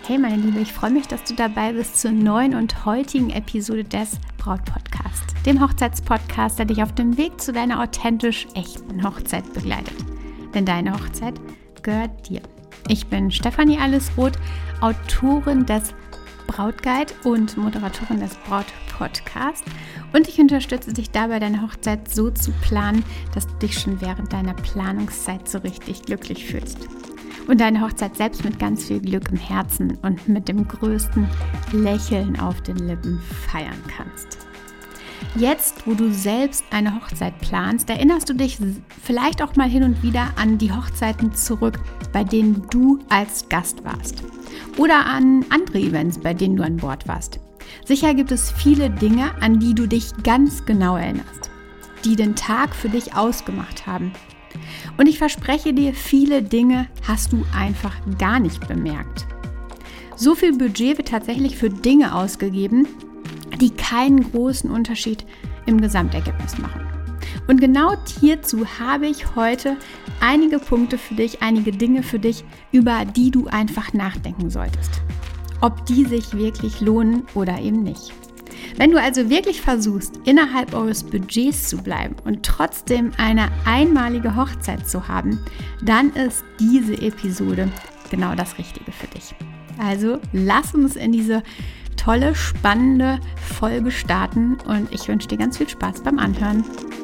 Hey meine Liebe, ich freue mich, dass du dabei bist zur neuen und heutigen Episode des Braut-Podcasts, dem Hochzeitspodcast, der dich auf dem Weg zu deiner authentisch echten Hochzeit begleitet. Denn deine Hochzeit gehört dir. Ich bin Stefanie Allesroth, Autorin des Brautguide und Moderatorin des Braut-Podcasts und ich unterstütze dich dabei, deine Hochzeit so zu planen, dass du dich schon während deiner Planungszeit so richtig glücklich fühlst. Und deine Hochzeit selbst mit ganz viel Glück im Herzen und mit dem größten Lächeln auf den Lippen feiern kannst. Jetzt, wo du selbst eine Hochzeit planst, erinnerst du dich vielleicht auch mal hin und wieder an die Hochzeiten zurück, bei denen du als Gast warst. Oder an andere Events, bei denen du an Bord warst. Sicher gibt es viele Dinge, an die du dich ganz genau erinnerst, die den Tag für dich ausgemacht haben. Und ich verspreche dir, viele Dinge hast du einfach gar nicht bemerkt. So viel Budget wird tatsächlich für Dinge ausgegeben, die keinen großen Unterschied im Gesamtergebnis machen. Und genau hierzu habe ich heute einige Punkte für dich, einige Dinge für dich, über die du einfach nachdenken solltest. Ob die sich wirklich lohnen oder eben nicht. Wenn du also wirklich versuchst, innerhalb eures Budgets zu bleiben und trotzdem eine einmalige Hochzeit zu haben, dann ist diese Episode genau das Richtige für dich. Also lass uns in diese tolle, spannende Folge starten und ich wünsche dir ganz viel Spaß beim Anhören.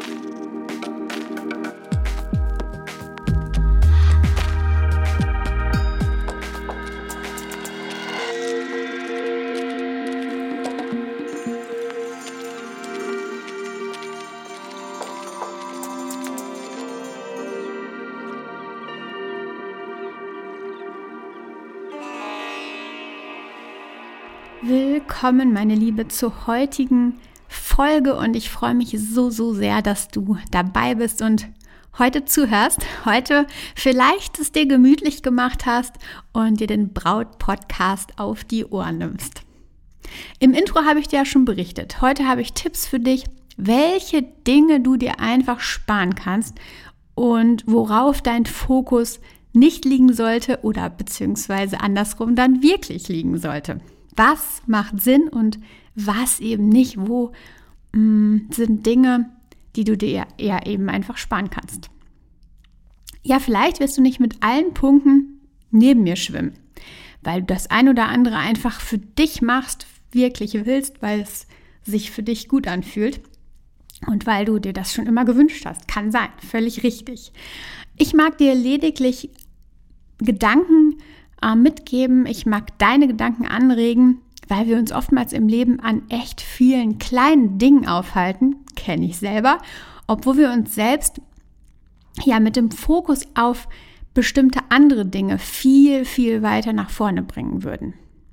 Willkommen, meine Liebe, zur heutigen Folge und ich freue mich so sehr, dass du dabei bist und heute zuhörst, heute vielleicht es dir gemütlich gemacht hast und dir den Braut-Podcast auf die Ohren nimmst. Im Intro habe ich dir ja schon berichtet, heute habe ich Tipps für dich, welche Dinge du dir einfach sparen kannst und worauf dein Fokus nicht liegen sollte oder beziehungsweise andersrum dann wirklich liegen sollte. Was macht Sinn und was eben nicht? Wo sind Dinge, die du dir eher eben einfach sparen kannst? Ja, vielleicht wirst du nicht mit allen Punkten neben mir schwimmen, weil du das ein oder andere einfach für dich machst, wirklich willst, weil es sich für dich gut anfühlt und weil du dir das schon immer gewünscht hast. Kann sein, völlig richtig. Ich mag dir lediglich Gedanken mitgeben, ich mag deine Gedanken anregen, weil wir uns oftmals im Leben an echt vielen kleinen Dingen aufhalten, kenne ich selber, obwohl wir uns selbst ja mit dem Fokus auf bestimmte andere Dinge viel weiter nach vorne bringen würden.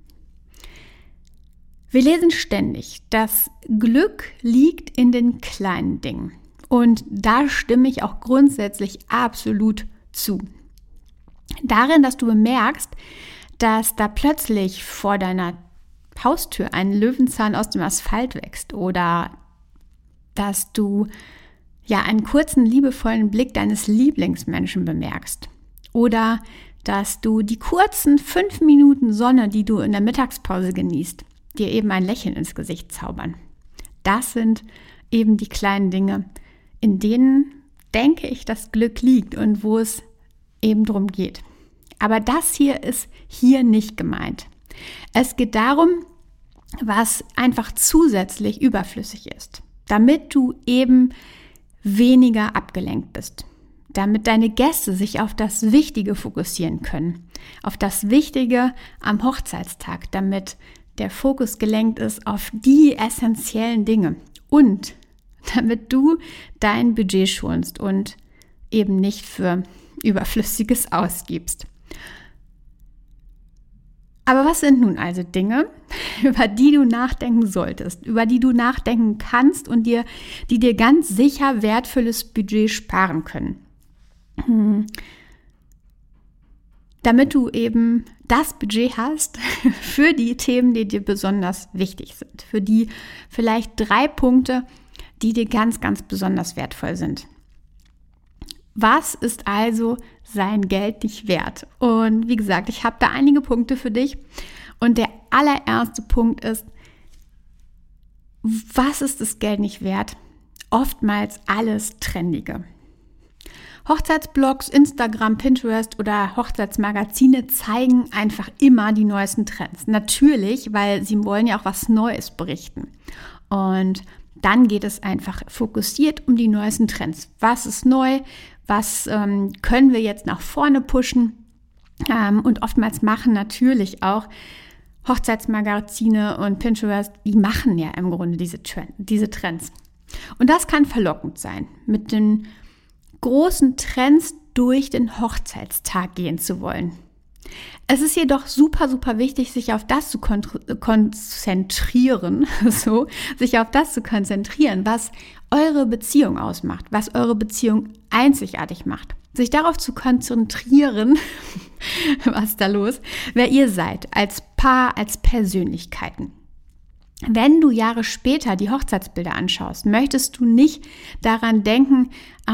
Wir lesen ständig, das Glück liegt in den kleinen Dingen und da stimme ich auch grundsätzlich absolut zu. Darin, dass du bemerkst, dass da plötzlich vor deiner Haustür ein Löwenzahn aus dem Asphalt wächst oder dass du ja einen kurzen, liebevollen Blick deines Lieblingsmenschen bemerkst oder dass du die kurzen 5 Minuten Sonne, die du in der Mittagspause genießt, dir eben ein Lächeln ins Gesicht zaubern. Das sind eben die kleinen Dinge, in denen, denke ich, das Glück liegt und wo es eben drum geht. Aber das hier ist hier nicht gemeint. Es geht darum, was einfach zusätzlich überflüssig ist, damit du eben weniger abgelenkt bist, damit deine Gäste sich auf das Wichtige fokussieren können, auf das Wichtige am Hochzeitstag, damit der Fokus gelenkt ist auf die essentiellen Dinge und damit du dein Budget schonst und eben nicht für Überflüssiges ausgibst. Aber was sind nun also Dinge, über die du nachdenken solltest, über die du nachdenken kannst und die dir ganz sicher wertvolles Budget sparen können? Damit du eben das Budget hast für die Themen, die dir besonders wichtig sind, für die vielleicht 3 Punkte, die dir ganz besonders wertvoll sind. Was ist also sein Geld nicht wert? Und wie gesagt, ich habe da einige Punkte für dich Und der allererste Punkt ist, was ist das Geld nicht wert? Oftmals alles Trendige. Hochzeitsblogs, Instagram, Pinterest oder Hochzeitsmagazine zeigen einfach immer die neuesten Trends. Natürlich, weil sie wollen ja auch was Neues berichten. Und dann geht es einfach fokussiert um die neuesten Trends. Was ist neu? Was können wir jetzt nach vorne pushen? Und oftmals machen natürlich auch Hochzeitsmagazine und Pinterest, die machen ja im Grunde diese Trends. Und das kann verlockend sein, mit den großen Trends durch den Hochzeitstag gehen zu wollen. Es ist jedoch super, super wichtig, sich auf das zu konzentrieren, was eure Beziehung ausmacht, was eure Beziehung einzigartig macht. Sich darauf zu konzentrieren, was da los, wer ihr seid, als Paar, als Persönlichkeiten. Wenn du Jahre später die Hochzeitsbilder anschaust, möchtest du nicht daran denken,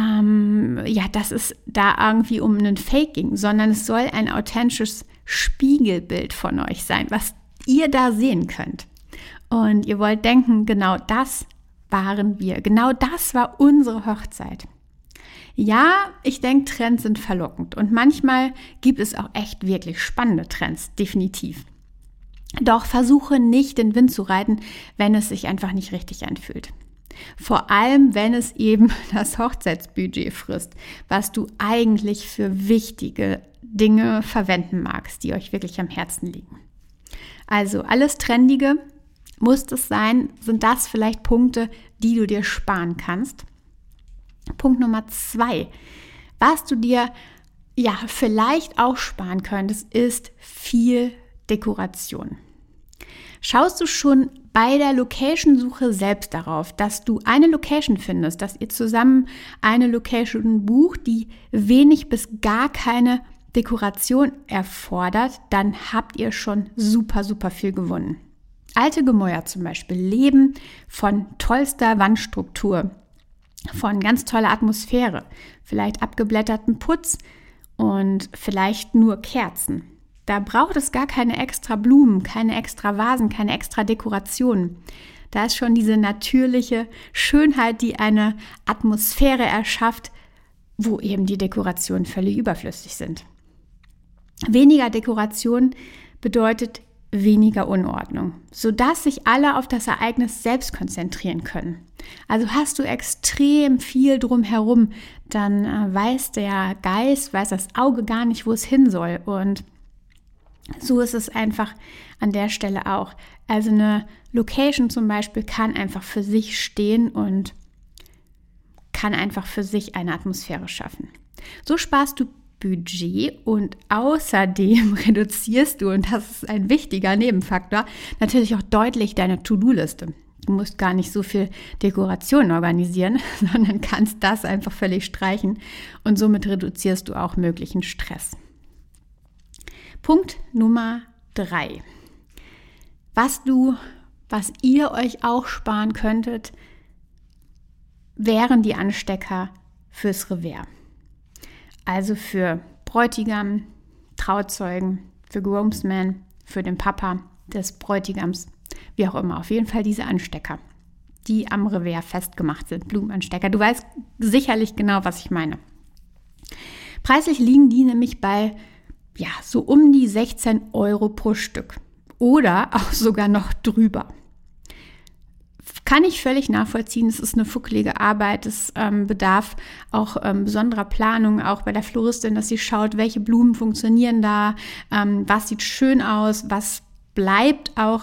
dass es da irgendwie um einen Fake ging, sondern es soll ein authentisches Spiegelbild von euch sein, was ihr da sehen könnt. Und ihr wollt denken, genau das waren wir, genau das war unsere Hochzeit. Ja, ich denke, Trends sind verlockend und manchmal gibt es auch echt wirklich spannende Trends, definitiv. Doch versuche nicht, den Wind zu reiten, wenn es sich einfach nicht richtig anfühlt. Vor allem, wenn es eben das Hochzeitsbudget frisst, was du eigentlich für wichtige Dinge verwenden magst, die euch wirklich am Herzen liegen. Also alles Trendige muss es sein, sind das vielleicht Punkte, die du dir sparen kannst. Punkt Nummer 2, was du dir vielleicht auch sparen könntest, ist viel Dekoration. Schaust du schon bei der Location-Suche selbst darauf, dass du eine Location findest, dass ihr zusammen eine Location bucht, die wenig bis gar keine Dekoration erfordert, dann habt ihr schon super, super viel gewonnen. Alte Gemäuer zum Beispiel leben von tollster Wandstruktur, von ganz toller Atmosphäre, vielleicht abgeblätterten Putz und vielleicht nur Kerzen. Da braucht es gar keine extra Blumen, keine extra Vasen, keine extra Dekorationen. Da ist schon diese natürliche Schönheit, die eine Atmosphäre erschafft, wo eben die Dekorationen völlig überflüssig sind. Weniger Dekoration bedeutet weniger Unordnung, sodass sich alle auf das Ereignis selbst konzentrieren können. Also hast du extrem viel drumherum, dann weiß der Geist, weiß das Auge gar nicht, wo es hin soll. Und so ist es einfach an der Stelle auch. Also eine Location zum Beispiel kann einfach für sich stehen und kann einfach für sich eine Atmosphäre schaffen. So sparst du Budget und außerdem reduzierst du, und das ist ein wichtiger Nebenfaktor, natürlich auch deutlich deine To-Do-Liste. Du musst gar nicht so viel Dekoration organisieren, sondern kannst das einfach völlig streichen und somit reduzierst du auch möglichen Stress. Punkt Nummer 3. Was ihr euch auch sparen könntet, wären die Anstecker fürs Revers. Also für Bräutigam, Trauzeugen, für Groomsmen, für den Papa des Bräutigams, wie auch immer. Auf jeden Fall diese Anstecker, die am Revers festgemacht sind, Blumenanstecker. Du weißt sicherlich genau, was ich meine. Preislich liegen die nämlich bei so um die 16 Euro pro Stück oder auch sogar noch drüber. Kann ich völlig nachvollziehen, es ist eine fuckelige Arbeit, es bedarf auch besonderer Planung, auch bei der Floristin, dass sie schaut, welche Blumen funktionieren da, was sieht schön aus, was bleibt auch,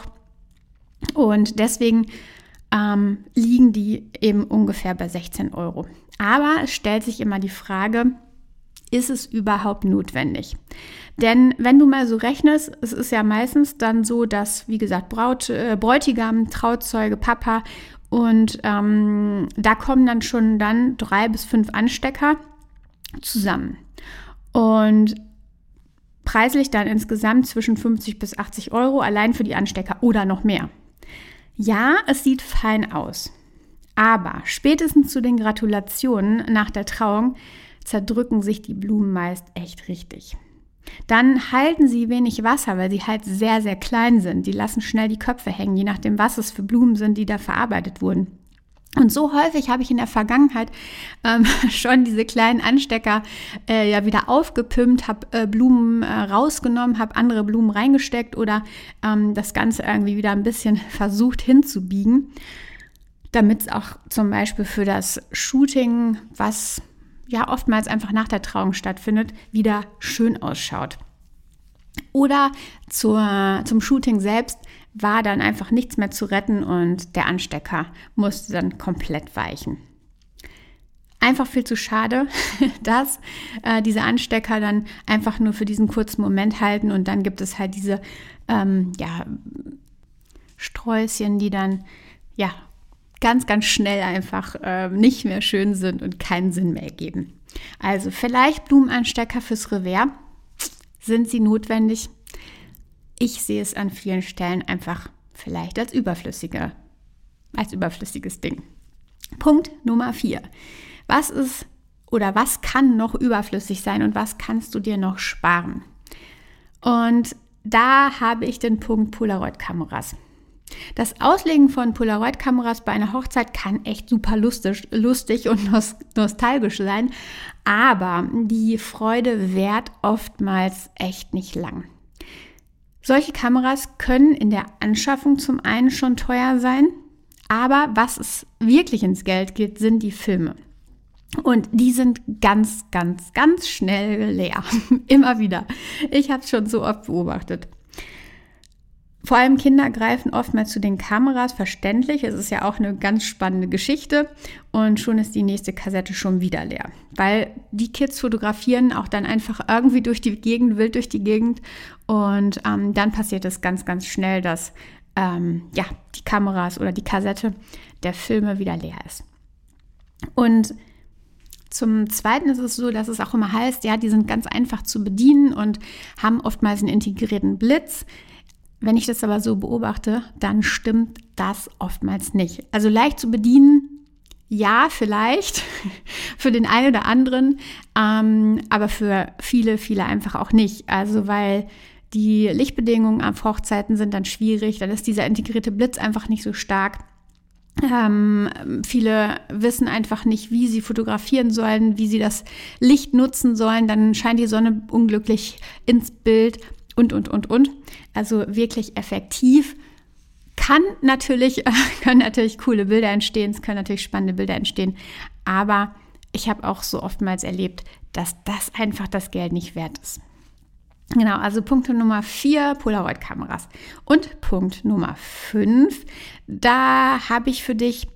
und deswegen liegen die eben ungefähr bei 16 Euro. Aber es stellt sich immer die Frage, ist es überhaupt notwendig? Denn wenn du mal so rechnest, es ist ja meistens dann so, dass, wie gesagt, Bräutigam, Trauzeuge, Papa und da kommen dann schon 3 bis 5 Anstecker zusammen. Und preislich dann insgesamt zwischen 50 bis 80 Euro allein für die Anstecker oder noch mehr. Ja, es sieht fein aus, aber spätestens zu den Gratulationen nach der Trauung zerdrücken sich die Blumen meist echt richtig. Dann halten sie wenig Wasser, weil sie halt sehr, sehr klein sind. Die lassen schnell die Köpfe hängen, je nachdem, was es für Blumen sind, die da verarbeitet wurden. Und so häufig habe ich in der Vergangenheit schon diese kleinen Anstecker wieder aufgepimpt, habe Blumen rausgenommen, habe andere Blumen reingesteckt oder das Ganze irgendwie wieder ein bisschen versucht hinzubiegen, damit es auch zum Beispiel für das Shooting, was ja oftmals einfach nach der Trauung stattfindet, wieder schön ausschaut. Oder zum Shooting selbst war dann einfach nichts mehr zu retten und der Anstecker musste dann komplett weichen. Einfach viel zu schade, dass diese Anstecker dann einfach nur für diesen kurzen Moment halten und dann gibt es halt diese Sträußchen, die dann ganz, ganz schnell einfach nicht mehr schön sind und keinen Sinn mehr ergeben. Also vielleicht Blumenanstecker fürs Revers. Sind sie notwendig? Ich sehe es an vielen Stellen einfach vielleicht als überflüssiges Ding. Punkt Nummer 4. Was kann noch überflüssig sein und was kannst du dir noch sparen? Und da habe ich den Punkt Polaroid-Kameras. Das Auslegen von Polaroid-Kameras bei einer Hochzeit kann echt super lustig und nostalgisch sein, aber die Freude währt oftmals echt nicht lang. Solche Kameras können in der Anschaffung zum einen schon teuer sein, aber was es wirklich ins Geld geht, sind die Filme. Und die sind ganz, ganz, ganz schnell leer. Immer wieder. Ich habe es schon so oft beobachtet. Vor allem Kinder greifen oftmals zu den Kameras, verständlich. Es ist ja auch eine ganz spannende Geschichte und schon ist die nächste Kassette schon wieder leer. Weil die Kids fotografieren auch dann einfach irgendwie wild durch die Gegend und dann passiert es ganz, ganz schnell, dass die Kameras oder die Kassette der Filme wieder leer ist. Und zum Zweiten ist es so, dass es auch immer heißt, die sind ganz einfach zu bedienen und haben oftmals einen integrierten Blitz. Wenn ich das aber so beobachte, dann stimmt das oftmals nicht. Also leicht zu bedienen, ja, vielleicht für den einen oder anderen, aber für viele, viele einfach auch nicht. Also weil die Lichtbedingungen auf Hochzeiten sind dann schwierig, dann ist dieser integrierte Blitz einfach nicht so stark. Viele wissen einfach nicht, wie sie fotografieren sollen, wie sie das Licht nutzen sollen. Dann scheint die Sonne unglücklich ins Bild und. Also wirklich effektiv. Können natürlich coole Bilder entstehen, es können natürlich spannende Bilder entstehen, aber ich habe auch so oftmals erlebt, dass das einfach das Geld nicht wert ist. Genau, also Punkt Nummer 4, Polaroid-Kameras. Und Punkt Nummer 5, da habe ich für dich,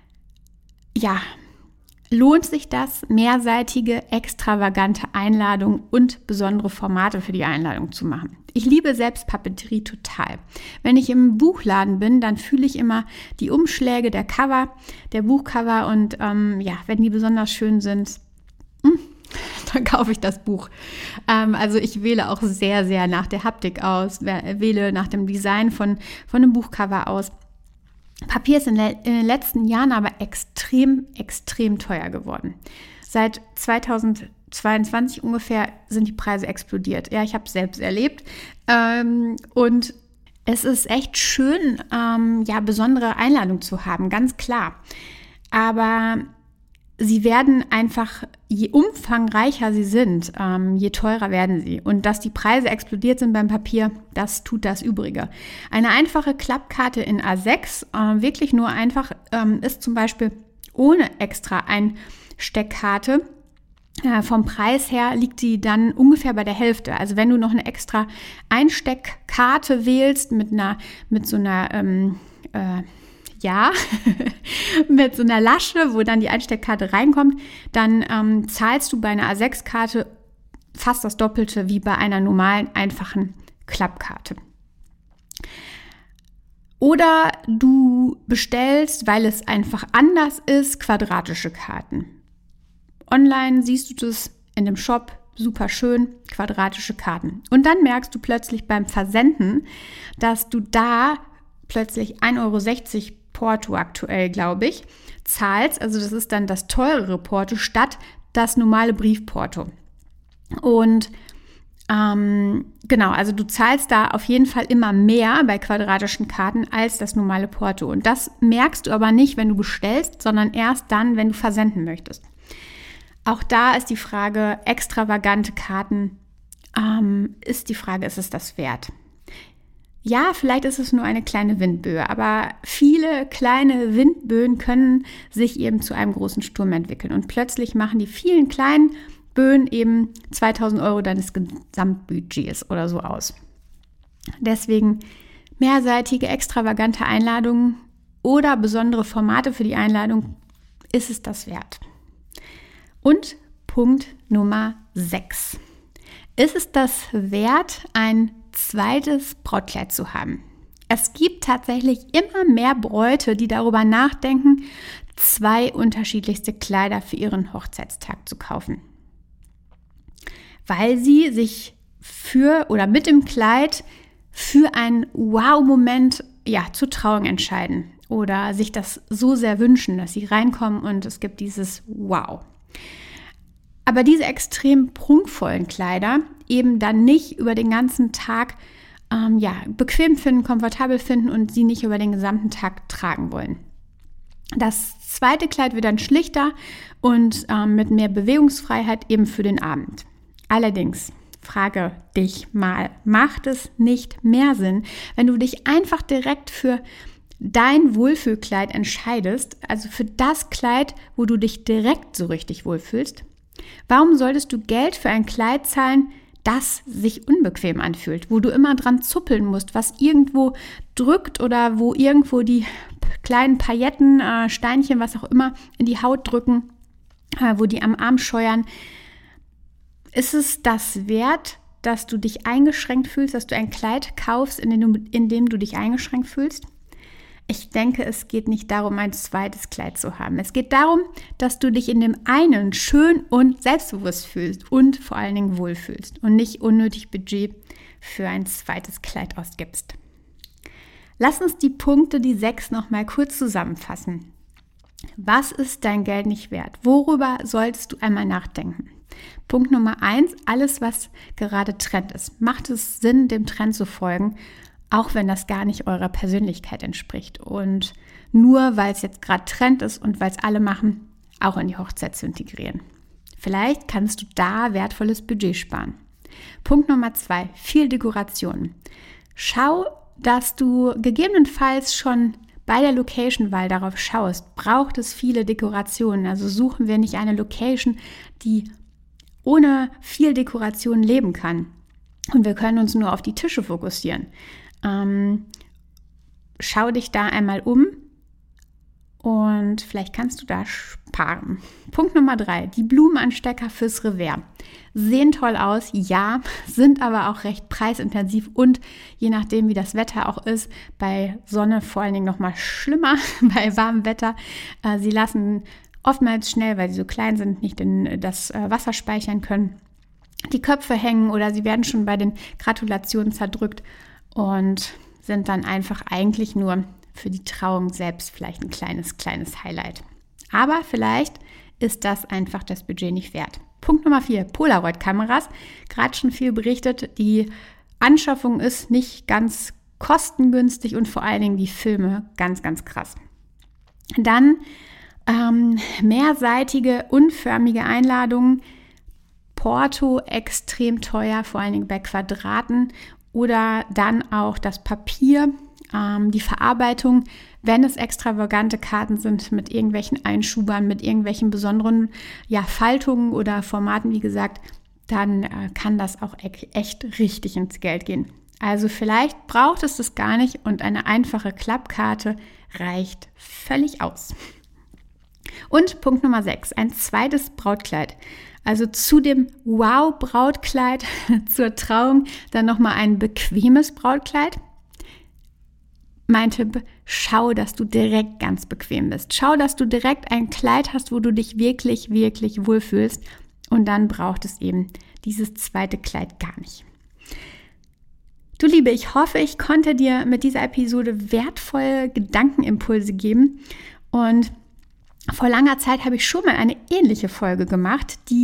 lohnt sich das, mehrseitige, extravagante Einladungen und besondere Formate für die Einladung zu machen? Ich liebe selbst Papeterie total. Wenn ich im Buchladen bin, dann fühle ich immer die Umschläge der Buchcover und wenn die besonders schön sind, dann kaufe ich das Buch. Also ich wähle auch sehr, sehr nach der Haptik aus, wähle nach dem Design von einem Buchcover aus. Papier ist in den letzten Jahren aber extrem, extrem teuer geworden. Seit 2022 ungefähr sind die Preise explodiert. Ja, ich habe es selbst erlebt. Und es ist echt schön, besondere Einladungen zu haben, ganz klar. Aber sie werden einfach, je umfangreicher sie sind, je teurer werden sie. Und dass die Preise explodiert sind beim Papier, das tut das Übrige. Eine einfache Klappkarte in A6, wirklich nur einfach, ist zum Beispiel ohne extra Einsteckkarte. Vom Preis her liegt die dann ungefähr bei der Hälfte. Also wenn du noch eine extra Einsteckkarte wählst mit so einer mit so einer Lasche, wo dann die Einsteckkarte reinkommt, dann zahlst du bei einer A6-Karte fast das Doppelte wie bei einer normalen, einfachen Klappkarte. Oder du bestellst, weil es einfach anders ist, quadratische Karten. Online siehst du das in dem Shop, super schön, quadratische Karten. Und dann merkst du plötzlich beim Versenden, dass du da plötzlich 1,60 € Porto aktuell, glaube ich, zahlst. Also das ist dann das teurere Porto statt das normale Briefporto. Und Genau, also du zahlst da auf jeden Fall immer mehr bei quadratischen Karten als das normale Porto. Und das merkst du aber nicht, wenn du bestellst, sondern erst dann, wenn du versenden möchtest. Auch da ist die Frage, extravagante Karten, ist es das wert? Ja, vielleicht ist es nur eine kleine Windböe, aber viele kleine Windböen können sich eben zu einem großen Sturm entwickeln. Und plötzlich machen die vielen kleinen Böen eben 2.000 € deines Gesamtbudgets oder so aus. Deswegen mehrseitige, extravagante Einladungen oder besondere Formate für die Einladung, ist es das wert. Und Punkt Nummer 6. Ist es das wert, ein zweites Brautkleid zu haben? Es gibt tatsächlich immer mehr Bräute, die darüber nachdenken, 2 unterschiedlichste Kleider für ihren Hochzeitstag zu kaufen. Weil sie sich für oder mit dem Kleid für einen Wow-Moment zur Trauung entscheiden oder sich das so sehr wünschen, dass sie reinkommen und es gibt dieses Wow. Aber diese extrem prunkvollen Kleider eben dann nicht über den ganzen Tag bequem finden, komfortabel finden und sie nicht über den gesamten Tag tragen wollen. Das zweite Kleid wird dann schlichter und mit mehr Bewegungsfreiheit eben für den Abend. Allerdings, frage dich mal, macht es nicht mehr Sinn, wenn du dich einfach direkt für dein Wohlfühlkleid entscheidest, also für das Kleid, wo du dich direkt so richtig wohlfühlst? Warum solltest du Geld für ein Kleid zahlen, das sich unbequem anfühlt, wo du immer dran zuppeln musst, was irgendwo drückt oder wo irgendwo die kleinen Pailletten, Steinchen, was auch immer, in die Haut drücken, wo die am Arm scheuern? Ist es das wert, dass du dich eingeschränkt fühlst, dass du ein Kleid kaufst, in dem du dich eingeschränkt fühlst? Ich denke, es geht nicht darum, ein zweites Kleid zu haben. Es geht darum, dass du dich in dem einen schön und selbstbewusst fühlst und vor allen Dingen wohlfühlst und nicht unnötig Budget für ein zweites Kleid ausgibst. Lass uns die Punkte, die 6, noch mal kurz zusammenfassen. Was ist dein Geld nicht wert? Worüber solltest du einmal nachdenken? Punkt Nummer 1, alles, was gerade Trend ist. Macht es Sinn, dem Trend zu folgen, auch wenn das gar nicht eurer Persönlichkeit entspricht und nur, weil es jetzt gerade Trend ist und weil es alle machen, auch in die Hochzeit zu integrieren. Vielleicht kannst du da wertvolles Budget sparen. Punkt Nummer 2, viel Dekoration. Schau, dass du gegebenenfalls schon bei der Location-Wahl darauf schaust, braucht es viele Dekorationen. Also suchen wir nicht eine Location, die ohne viel Dekoration leben kann. Und wir können uns nur auf die Tische fokussieren. Schau dich da einmal um und vielleicht kannst du da sparen. Punkt Nummer 3, die Blumenanstecker fürs Revers. Sehen toll aus, ja, sind aber auch recht preisintensiv und je nachdem, wie das Wetter auch ist, bei Sonne vor allen Dingen noch mal schlimmer, bei warmem Wetter. Sie lassen oftmals schnell, weil sie so klein sind, nicht in das Wasser speichern können, die Köpfe hängen oder sie werden schon bei den Gratulationen zerdrückt und sind dann einfach eigentlich nur für die Trauung selbst vielleicht ein kleines Highlight. Aber vielleicht ist das einfach das Budget nicht wert. Punkt Nummer 4, Polaroid-Kameras. Gerade schon viel berichtet, die Anschaffung ist nicht ganz kostengünstig und vor allen Dingen die Filme ganz, ganz krass. Dann mehrseitige, unförmige Einladungen. Porto extrem teuer, vor allen Dingen bei Quadraten. Oder dann auch das Papier, die Verarbeitung, wenn es extravagante Karten sind mit irgendwelchen Einschubern, mit irgendwelchen besonderen Faltungen oder Formaten, wie gesagt, dann kann das auch echt richtig ins Geld gehen. Also vielleicht braucht es das gar nicht und eine einfache Klappkarte reicht völlig aus. Und Punkt Nummer 6, ein zweites Brautkleid. Also zu dem Wow-Brautkleid zur Trauung dann nochmal ein bequemes Brautkleid. Mein Tipp, schau, dass du direkt ganz bequem bist. Schau, dass du direkt ein Kleid hast, wo du dich wirklich, wirklich wohlfühlst. Und dann braucht es eben dieses zweite Kleid gar nicht. Du Liebe, ich hoffe, ich konnte dir mit dieser Episode wertvolle Gedankenimpulse geben. Und vor langer Zeit habe ich schon mal eine ähnliche Folge gemacht, die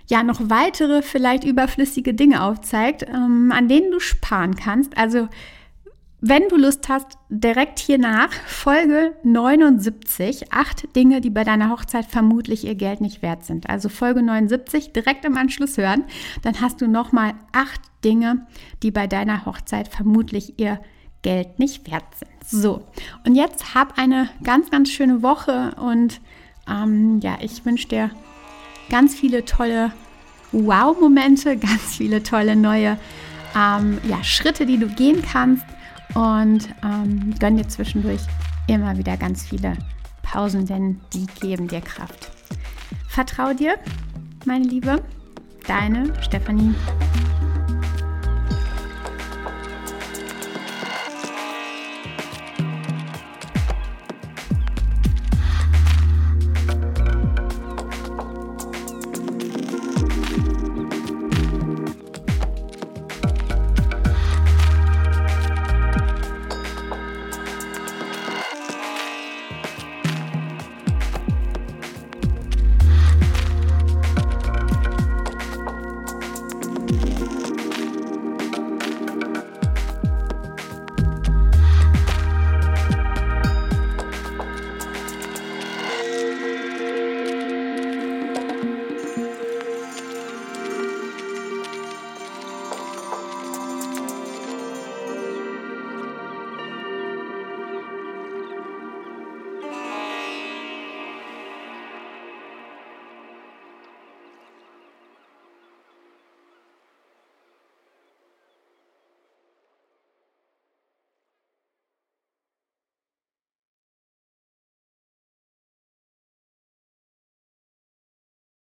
noch weitere, vielleicht überflüssige Dinge aufzeigt, an denen du sparen kannst. Also wenn du Lust hast, direkt hier nach Folge 79, 8 Dinge, die bei deiner Hochzeit vermutlich ihr Geld nicht wert sind. Also Folge 79 direkt im Anschluss hören, dann hast du nochmal 8 Dinge, die bei deiner Hochzeit vermutlich ihr Geld nicht wert sind. So, und jetzt hab eine ganz, ganz schöne Woche und ich wünsche dir ganz viele tolle Wow-Momente, ganz viele tolle neue Schritte, die du gehen kannst. Und gönn dir zwischendurch immer wieder ganz viele Pausen, denn die geben dir Kraft. Vertrau dir, meine Liebe, deine Stefanie.